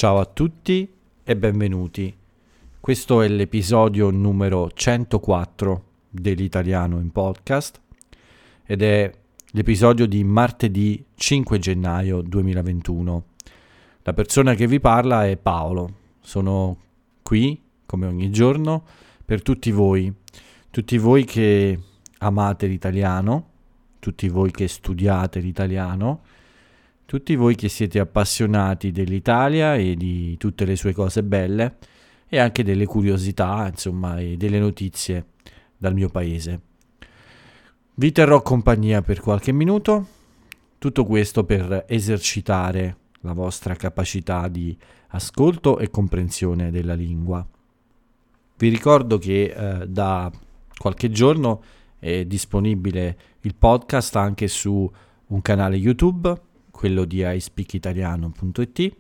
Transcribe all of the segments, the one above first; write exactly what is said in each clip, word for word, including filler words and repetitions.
Ciao a tutti e benvenuti. Questo è l'episodio numero centoquattro dell'Italiano in Podcast ed è l'episodio di martedì cinque gennaio duemilaventuno. La persona che vi parla è Paolo. Sono qui, come ogni giorno, per tutti voi, tutti voi che amate l'italiano, tutti voi che studiate l'italiano, tutti voi che siete appassionati dell'Italia e di tutte le sue cose belle e anche delle curiosità, insomma, e delle notizie dal mio paese. Vi terrò compagnia per qualche minuto, tutto questo per esercitare la vostra capacità di ascolto e comprensione della lingua. Vi ricordo che eh, da qualche giorno è disponibile il podcast anche su un canale YouTube, quello di i speak italiano punto it,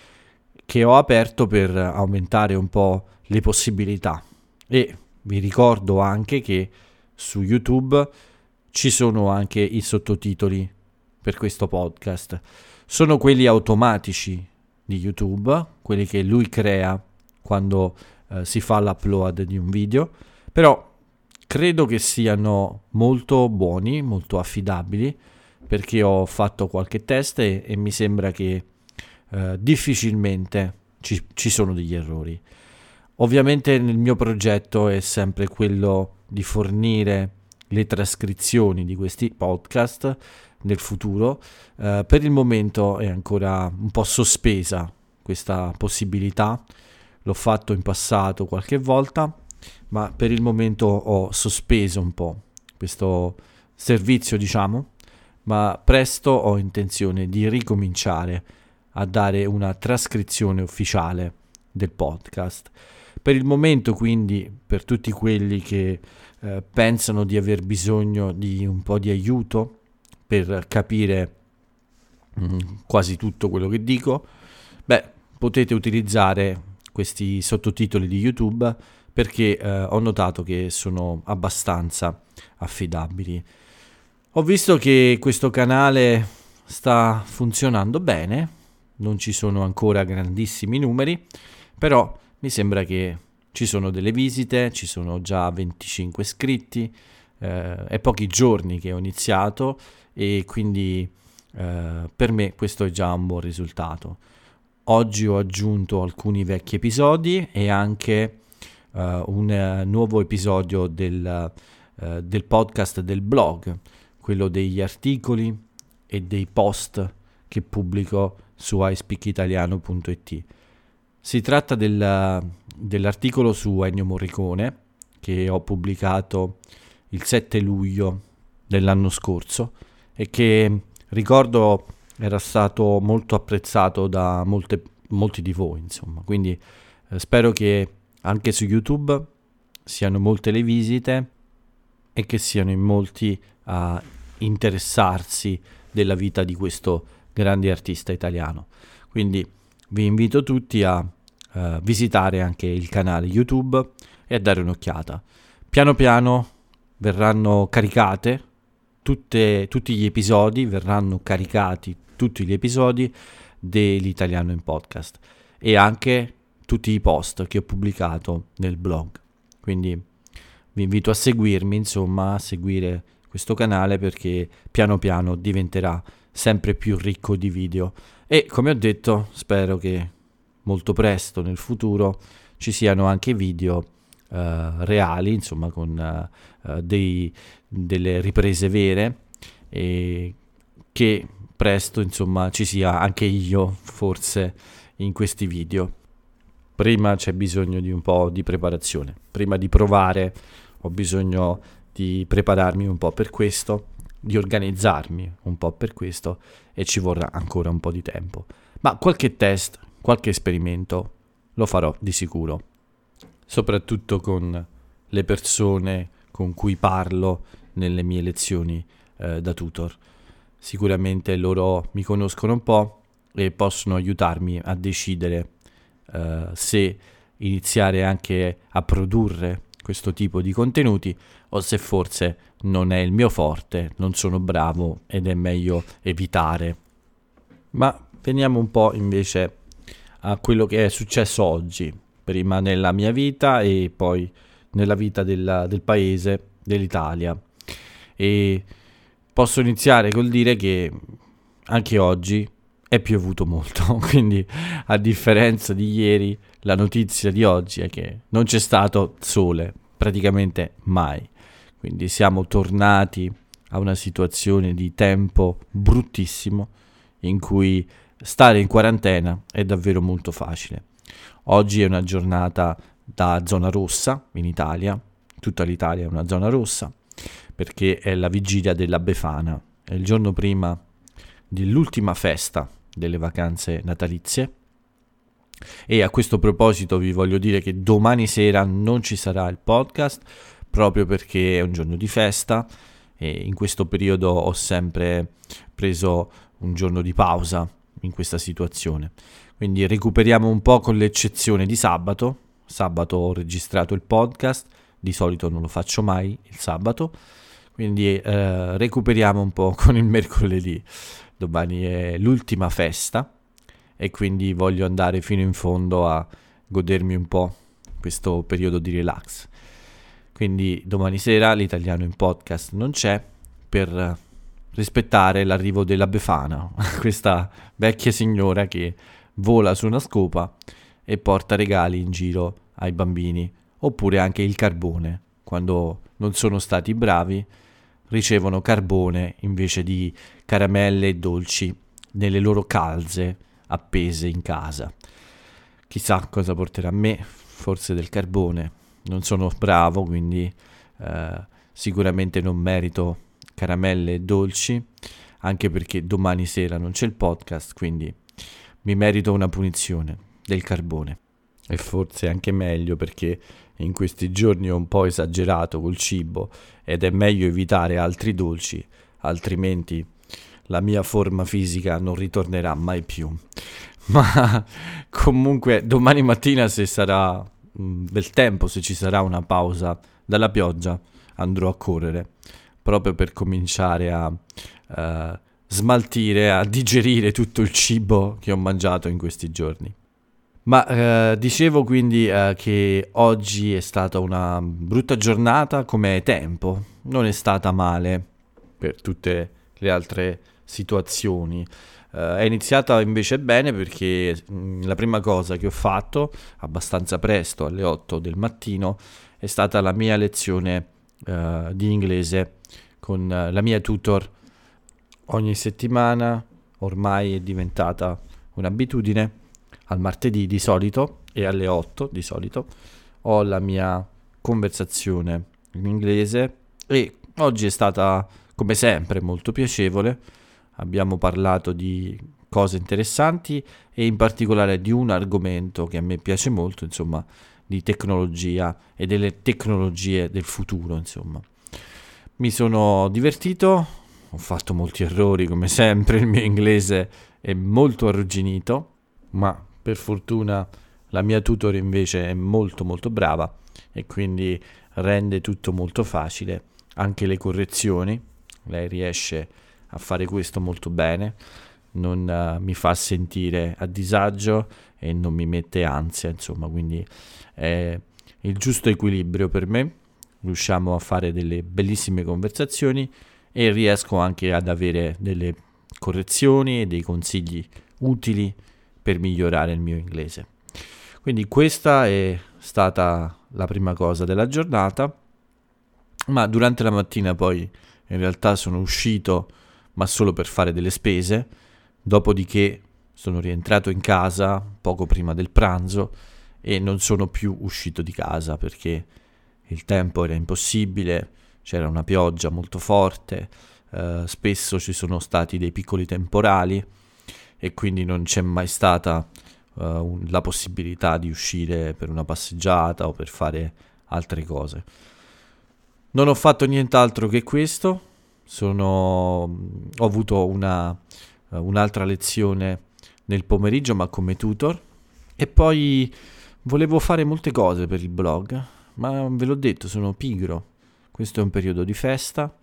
che ho aperto per aumentare un po' le possibilità. E vi ricordo anche che su YouTube ci sono anche i sottotitoli per questo podcast. Sono quelli automatici di YouTube, quelli che lui crea quando eh, si fa l'upload di un video, però credo che siano molto buoni, molto affidabili, perché ho fatto qualche test e, e mi sembra che eh, difficilmente ci, ci sono degli errori. Ovviamente il mio progetto è sempre quello di fornire le trascrizioni di questi podcast nel futuro. Eh, per il momento è ancora un po' sospesa questa possibilità, l'ho fatto in passato qualche volta, ma per il momento ho sospeso un po' questo servizio, diciamo, ma presto ho intenzione di ricominciare a dare una trascrizione ufficiale del podcast. Per il momento, quindi, per tutti quelli che eh, pensano di aver bisogno di un po' di aiuto per capire mh, quasi tutto quello che dico, beh, potete utilizzare questi sottotitoli di YouTube perché eh, ho notato che sono abbastanza affidabili. Ho visto che questo canale sta funzionando bene, non ci sono ancora grandissimi numeri, però mi sembra che ci sono delle visite, ci sono già venticinque iscritti, eh, è pochi giorni che ho iniziato e quindi eh, per me questo è già un buon risultato. Oggi ho aggiunto alcuni vecchi episodi e anche uh, un uh, nuovo episodio del, uh, del podcast del blog, quello degli articoli e dei post che pubblico su i speak italiano punto it. Si tratta del, dell'articolo su Ennio Morricone che ho pubblicato il sette luglio dell'anno scorso e che, ricordo, era stato molto apprezzato da molte, molti di voi, insomma. Quindi eh, spero che anche su YouTube siano molte le visite e che siano in molti a interessarsi della vita di questo grande artista italiano. Quindi vi invito tutti a uh, visitare anche il canale YouTube e a dare un'occhiata. Piano piano verranno caricate tutte, tutti gli episodi, verranno caricati tutti gli episodi dell'Italiano in Podcast e anche tutti i post che ho pubblicato nel blog. Quindi vi invito a seguirmi, insomma, a seguire questo canale perché piano piano diventerà sempre più ricco di video e, come ho detto, spero che molto presto nel futuro ci siano anche video uh, reali, insomma, con uh, dei, delle riprese vere e che presto, insomma, ci sia anche io forse in questi video. Prima c'è bisogno di un po' di preparazione, prima di provare ho bisogno di prepararmi un po' per questo, di organizzarmi un po' per questo e ci vorrà ancora un po' di tempo. Ma qualche test, qualche esperimento lo farò di sicuro, soprattutto con le persone con cui parlo nelle mie lezioni eh, da tutor. Sicuramente loro mi conoscono un po' e possono aiutarmi a decidere uh, se iniziare anche a produrre questo tipo di contenuti o se forse non è il mio forte, non sono bravo ed è meglio evitare. Ma veniamo un po' invece a quello che è successo oggi, prima nella mia vita e poi nella vita della, del paese, dell'Italia. E posso iniziare col dire che anche oggi è piovuto molto, quindi a differenza di ieri, la notizia di oggi è che non c'è stato sole, praticamente mai. Quindi siamo tornati a una situazione di tempo bruttissimo in cui stare in quarantena è davvero molto facile. Oggi è una giornata da zona rossa in Italia, tutta l'Italia è una zona rossa, perché è la vigilia della Befana, è il giorno prima dell'ultima festa delle vacanze natalizie. E a questo proposito vi voglio dire che domani sera non ci sarà il podcast, proprio perché è un giorno di festa e in questo periodo ho sempre preso un giorno di pausa in questa situazione. Quindi recuperiamo un po' con l'eccezione di sabato. Sabato ho registrato il podcast, di solito non lo faccio mai il sabato, quindi eh, recuperiamo un po' con il mercoledì. Domani è l'ultima festa e quindi voglio andare fino in fondo a godermi un po' questo periodo di relax. Quindi domani sera l'Italiano in podcast non c'è per rispettare l'arrivo della Befana, questa vecchia signora che vola su una scopa e porta regali in giro ai bambini, oppure anche il carbone. Quando non sono stati bravi ricevono carbone invece di caramelle e dolci nelle loro calze appese in casa. Chissà cosa porterà a me, forse del carbone. Non sono bravo, quindi eh, sicuramente non merito caramelle e dolci, anche perché domani sera non c'è il podcast, quindi mi merito una punizione del carbone. E forse anche meglio, perché in questi giorni ho un po' esagerato col cibo ed è meglio evitare altri dolci, altrimenti la mia forma fisica non ritornerà mai più. Ma comunque domani mattina, se sarà mh, bel tempo, se ci sarà una pausa dalla pioggia, andrò a correre proprio per cominciare a uh, smaltire, a digerire tutto il cibo che ho mangiato in questi giorni. Ma uh, dicevo quindi uh, che oggi è stata una brutta giornata come tempo, non è stata male per tutte le altre situazioni. Uh, è iniziata invece bene perché mh, la prima cosa che ho fatto abbastanza presto, alle otto del mattino, è stata la mia lezione uh, di inglese con uh, la mia tutor. Ogni settimana ormai è diventata un'abitudine. Al martedì di solito e alle otto di solito ho la mia conversazione in inglese e oggi è stata come sempre molto piacevole. Abbiamo parlato di cose interessanti e in particolare di un argomento che a me piace molto, insomma, di tecnologia e delle tecnologie del futuro, insomma. Mi sono divertito, ho fatto molti errori come sempre, il mio inglese è molto arrugginito, ma per fortuna la mia tutor invece è molto molto brava e quindi rende tutto molto facile, anche le correzioni. Lei riesce a fare questo molto bene, non uh, mi fa sentire a disagio e non mi mette ansia, insomma, quindi è il giusto equilibrio per me. Riusciamo a fare delle bellissime conversazioni e riesco anche ad avere delle correzioni e dei consigli utili per migliorare il mio inglese. Quindi questa è stata la prima cosa della giornata, ma durante la mattina poi in realtà sono uscito, ma solo per fare delle spese, dopodiché sono rientrato in casa poco prima del pranzo e non sono più uscito di casa perché il tempo era impossibile, c'era una pioggia molto forte, eh, spesso ci sono stati dei piccoli temporali e quindi non c'è mai stata uh, un, la possibilità di uscire per una passeggiata o per fare altre cose. Non ho fatto nient'altro che questo, sono, ho avuto una, uh, un'altra lezione nel pomeriggio ma come tutor e poi volevo fare molte cose per il blog, ma ve l'ho detto, sono pigro, questo è un periodo di festa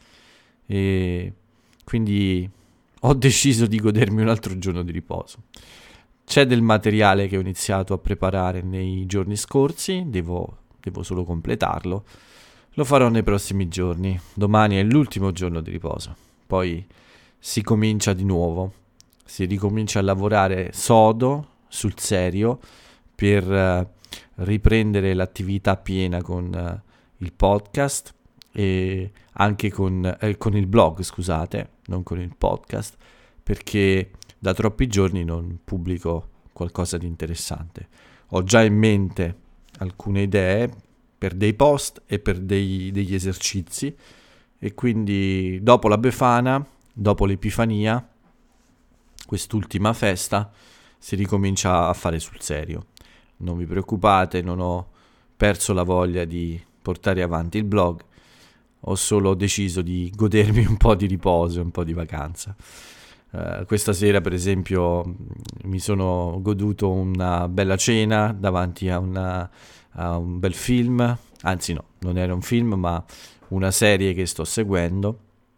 e quindi ho deciso di godermi un altro giorno di riposo. C'è del materiale che ho iniziato a preparare nei giorni scorsi, devo, devo solo completarlo. Lo farò nei prossimi giorni. Domani è l'ultimo giorno di riposo. Poi si comincia di nuovo. Si ricomincia a lavorare sodo, sul serio, per uh, riprendere l'attività piena con uh, il podcast e anche con, eh, con il blog, scusate, non con il podcast, perché da troppi giorni non pubblico qualcosa di interessante. Ho già in mente alcune idee per dei post e per dei, degli esercizi, e quindi dopo la Befana, dopo l'Epifania, quest'ultima festa, si ricomincia a fare sul serio. Non vi preoccupate, non ho perso la voglia di portare avanti il blog, ho solo deciso di godermi un po' di riposo, un po' di vacanza. Uh, questa sera, per esempio, mi sono goduto una bella cena davanti a, una, a un bel film, anzi no, non era un film, ma una serie che sto seguendo,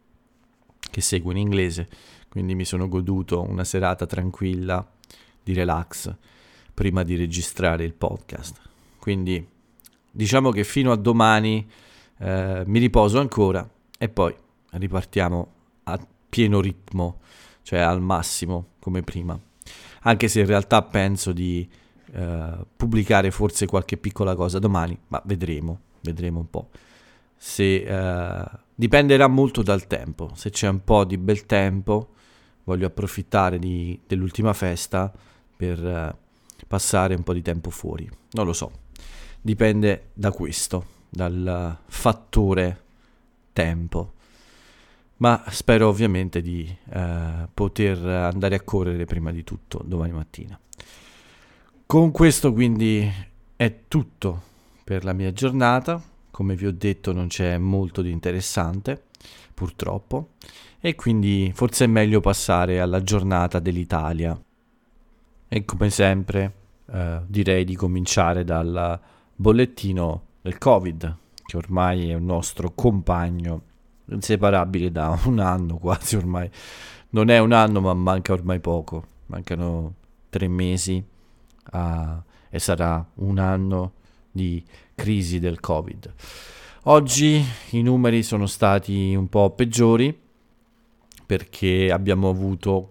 che seguo in inglese, quindi mi sono goduto una serata tranquilla di relax prima di registrare il podcast. Quindi diciamo che fino a domani eh, mi riposo ancora e poi ripartiamo a pieno ritmo, cioè al massimo come prima, anche se in realtà penso di eh, pubblicare forse qualche piccola cosa domani, ma vedremo, vedremo un po'. Se eh, dipenderà molto dal tempo, se c'è un po' di bel tempo voglio approfittare di, dell'ultima festa per eh, passare un po' di tempo fuori, non lo so, dipende da questo, dal fattore tempo. Ma spero ovviamente di eh, poter andare a correre prima di tutto domani mattina. Con questo quindi è tutto per la mia giornata. Come vi ho detto non c'è molto di interessante, purtroppo, e quindi forse è meglio passare alla giornata dell'Italia. E come sempre eh, direi di cominciare dal bollettino del Covid, che ormai è un nostro compagno inseparabile da un anno quasi ormai. Non è un anno, ma manca ormai poco, mancano tre mesi a, e sarà un anno di crisi del Covid. Oggi i numeri sono stati un po' peggiori perché abbiamo avuto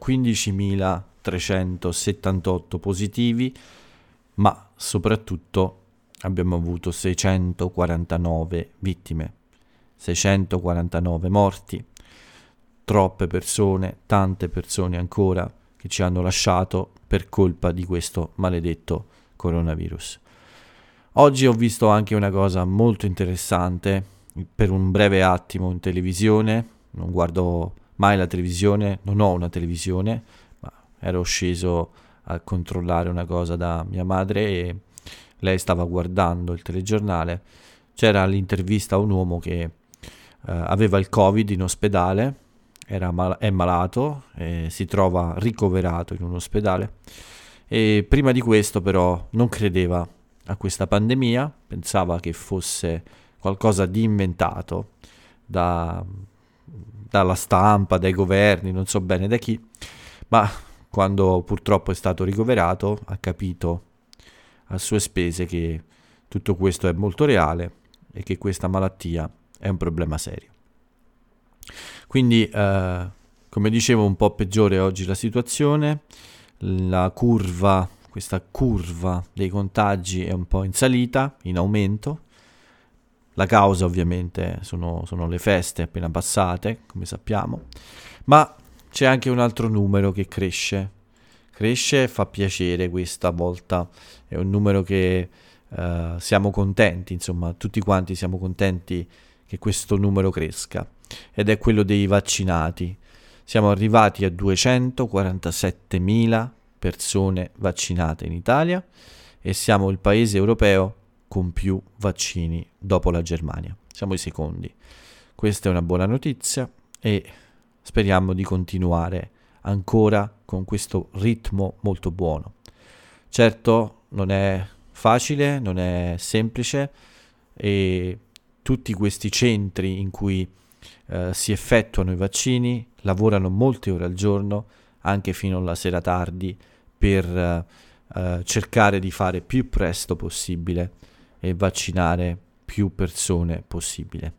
quindicimilatrecentosettantotto positivi, ma soprattutto abbiamo avuto seicentoquarantanove vittime. seicentoquarantanove morti, troppe persone, tante persone ancora che ci hanno lasciato per colpa di questo maledetto coronavirus. Oggi ho visto anche una cosa molto interessante, per un breve attimo in televisione, non guardo mai la televisione, non ho una televisione, ma ero sceso a controllare una cosa da mia madre e lei stava guardando il telegiornale. C'era l'intervista a un uomo che Uh, aveva il Covid in ospedale, era mal- è malato, e si trova ricoverato in un ospedale, e prima di questo però non credeva a questa pandemia, pensava che fosse qualcosa di inventato da, dalla stampa, dai governi, non so bene da chi, ma quando purtroppo è stato ricoverato ha capito a sue spese che tutto questo è molto reale e che questa malattia è un problema serio. Quindi, eh, come dicevo, un po' peggiore oggi la situazione, la curva, questa curva dei contagi è un po' in salita, in aumento. La causa ovviamente sono, sono le feste appena passate, come sappiamo, ma c'è anche un altro numero che cresce, cresce e fa piacere questa volta, è un numero che eh, siamo contenti, insomma, tutti quanti siamo contenti che questo numero cresca, ed è quello dei vaccinati. Siamo arrivati a duecentoquarantasettemila persone vaccinate in Italia e siamo il paese europeo con più vaccini dopo la Germania. Siamo i secondi. Questa è una buona notizia e speriamo di continuare ancora con questo ritmo molto buono. Certo, non è facile, non è semplice, e tutti questi centri in cui eh, si effettuano i vaccini lavorano molte ore al giorno, anche fino alla sera tardi, per uh, cercare di fare più presto possibile e vaccinare più persone possibile.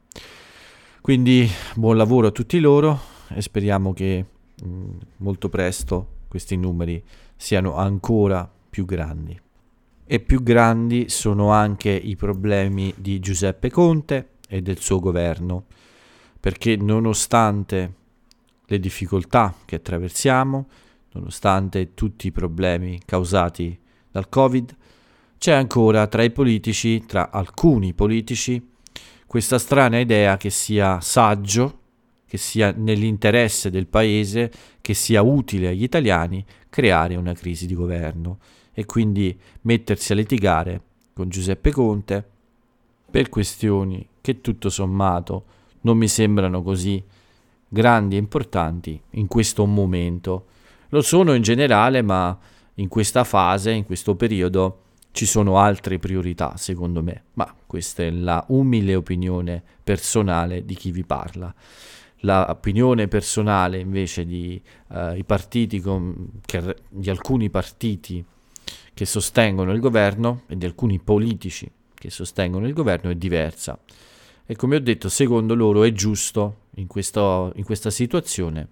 Quindi buon lavoro a tutti loro e speriamo che mh, molto presto questi numeri siano ancora più grandi. E più grandi sono anche i problemi di Giuseppe Conte e del suo governo, perché nonostante le difficoltà che attraversiamo, nonostante tutti i problemi causati dal Covid, c'è ancora tra i politici, tra alcuni politici, questa strana idea che sia saggio, che sia nell'interesse del paese, che sia utile agli italiani creare una crisi di governo e quindi mettersi a litigare con Giuseppe Conte per questioni che tutto sommato non mi sembrano così grandi e importanti in questo momento. Lo sono in generale, ma in questa fase, in questo periodo, ci sono altre priorità, secondo me. Ma questa è la umile opinione personale di chi vi parla. La opinione personale invece di uh, i partiti com- che, di alcuni partiti che sostengono il governo e di alcuni politici che sostengono il governo è diversa. E come ho detto, secondo loro è giusto in, questo, in questa situazione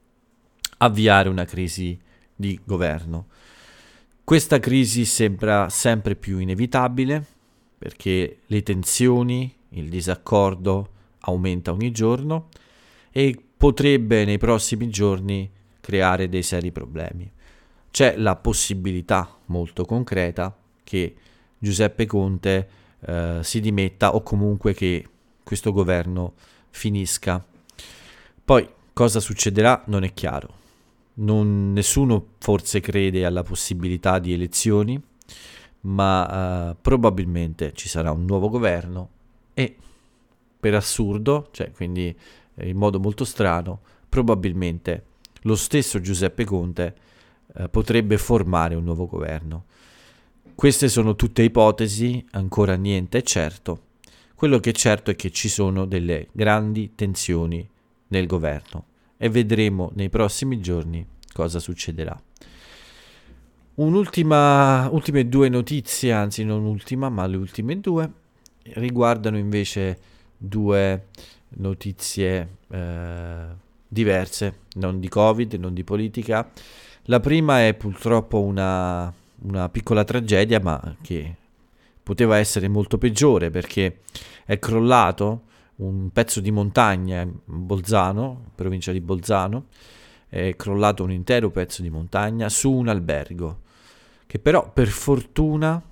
avviare una crisi di governo. Questa crisi sembra sempre più inevitabile perché le tensioni, il disaccordo aumenta ogni giorno e potrebbe nei prossimi giorni creare dei seri problemi. C'è la possibilità molto concreta che Giuseppe Conte eh, si dimetta o comunque che questo governo finisca. Poi cosa succederà non è chiaro. Non, nessuno forse crede alla possibilità di elezioni, ma uh, probabilmente ci sarà un nuovo governo e per assurdo, cioè quindi eh, in modo molto strano, probabilmente lo stesso Giuseppe Conte uh, potrebbe formare un nuovo governo. Queste sono tutte ipotesi, ancora niente è certo. Quello che è certo è che ci sono delle grandi tensioni nel governo e vedremo nei prossimi giorni cosa succederà. Un'ultima, ultime due notizie, anzi non ultima, ma le ultime due, riguardano invece due notizie eh, diverse, non di Covid, non di politica. La prima è purtroppo una, una piccola tragedia, ma che poteva essere molto peggiore perché è crollato un pezzo di montagna in Bolzano, provincia di Bolzano, è crollato un intero pezzo di montagna su un albergo, che però per fortuna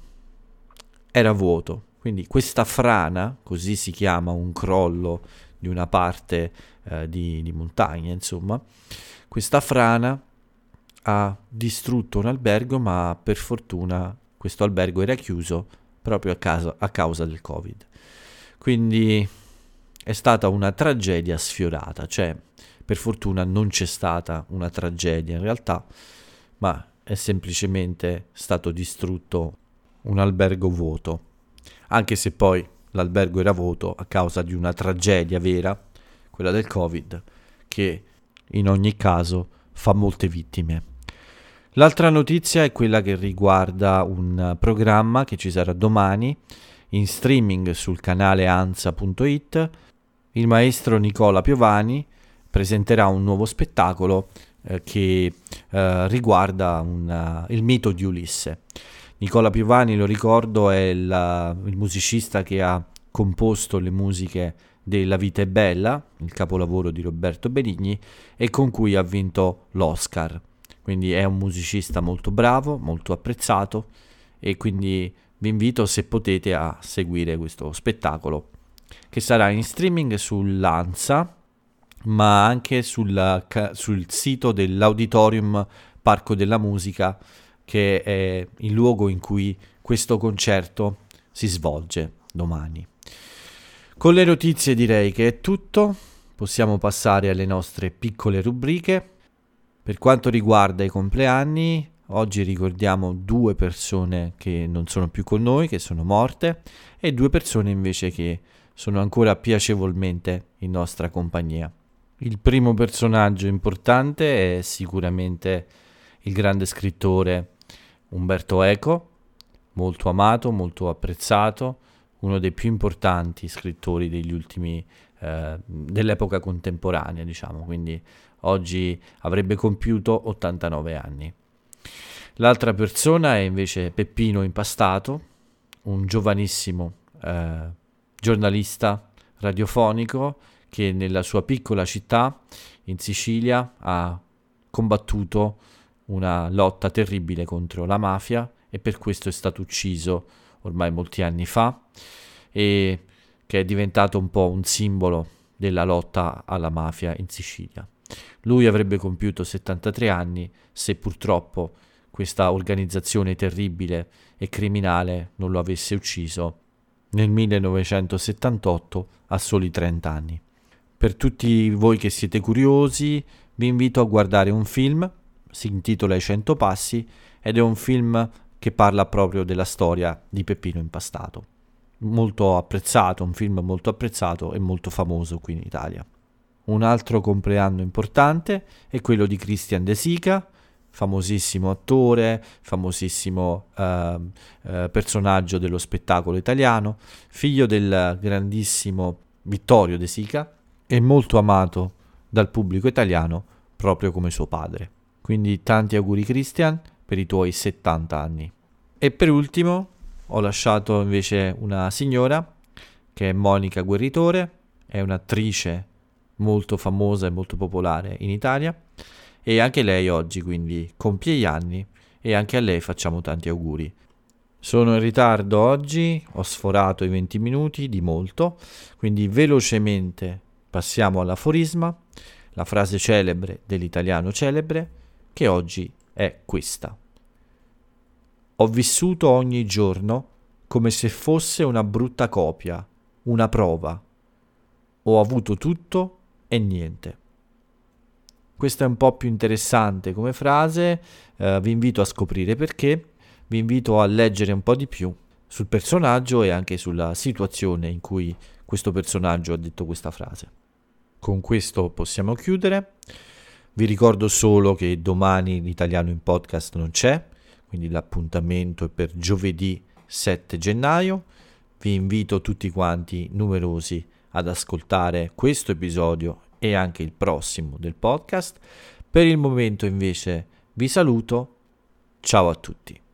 era vuoto. Quindi questa frana, così si chiama un crollo di una parte eh, di, di montagna, insomma, questa frana ha distrutto un albergo, ma per fortuna questo albergo era chiuso proprio a, caso, a causa del Covid. Quindi è stata una tragedia sfiorata, cioè per fortuna non c'è stata una tragedia in realtà, ma è semplicemente stato distrutto un albergo vuoto, anche se poi l'albergo era vuoto a causa di una tragedia vera, quella del Covid, che in ogni caso fa molte vittime. L'altra notizia è quella che riguarda un programma che ci sarà domani in streaming sul canale ansa punto it. Il maestro Nicola Piovani presenterà un nuovo spettacolo eh, che eh, riguarda una, il mito di Ulisse. Nicola Piovani, lo ricordo, è il, il musicista che ha composto le musiche della Vita è bella, il capolavoro di Roberto Benigni, e con cui ha vinto l'Oscar. Quindi è un musicista molto bravo, molto apprezzato, e quindi vi invito, se potete, a seguire questo spettacolo che sarà in streaming sull'Ansa, ma anche sul, sul sito dell'Auditorium Parco della Musica, che è il luogo in cui questo concerto si svolge domani. Con le notizie direi che è tutto, possiamo passare alle nostre piccole rubriche. Per quanto riguarda i compleanni, oggi ricordiamo due persone che non sono più con noi, che sono morte, e due persone invece che sono ancora piacevolmente in nostra compagnia. Il primo personaggio importante è sicuramente il grande scrittore Umberto Eco, molto amato, molto apprezzato, uno dei più importanti scrittori degli ultimi eh, dell'epoca contemporanea, diciamo, quindi oggi avrebbe compiuto ottantanove anni. L'altra persona è invece Peppino Impastato, un giovanissimo eh, giornalista radiofonico che nella sua piccola città in Sicilia ha combattuto una lotta terribile contro la mafia e per questo è stato ucciso ormai molti anni fa, e che è diventato un po' un simbolo della lotta alla mafia in Sicilia. Lui avrebbe compiuto settantatré anni se purtroppo questa organizzazione terribile e criminale non lo avesse ucciso nel millenovecentosettantotto a soli trenta anni. Per tutti voi che siete curiosi, vi invito a guardare un film, si intitola I Cento Passi, ed è un film che parla proprio della storia di Peppino Impastato. Molto apprezzato, un film molto apprezzato e molto famoso qui in Italia. Un altro compleanno importante è quello di Christian De Sica, famosissimo attore, famosissimo eh, eh, personaggio dello spettacolo italiano, figlio del grandissimo Vittorio De Sica e molto amato dal pubblico italiano proprio come suo padre. Quindi tanti auguri Christian per i tuoi settanta anni. E per ultimo ho lasciato invece una signora che è Monica Guerritore, è un'attrice molto famosa e molto popolare in Italia e anche lei oggi quindi compie gli anni e anche a lei facciamo tanti auguri. Sono in ritardo oggi, ho sforato i venti minuti di molto, quindi velocemente passiamo all'aforisma, la frase celebre dell'italiano celebre, che oggi è questa: ho vissuto ogni giorno come se fosse una brutta copia, una prova. Ho avuto tutto e niente. Questa è un po' più interessante come frase, eh, vi invito a scoprire perché, vi invito a leggere un po' di più sul personaggio e anche sulla situazione in cui questo personaggio ha detto questa frase. Con questo possiamo chiudere. Vi ricordo solo che domani l'Italiano in Podcast non c'è, quindi l'appuntamento è per giovedì sette gennaio. Vi invito tutti quanti numerosi ad ascoltare questo episodio e anche il prossimo del podcast. Per il momento invece vi saluto, ciao a tutti.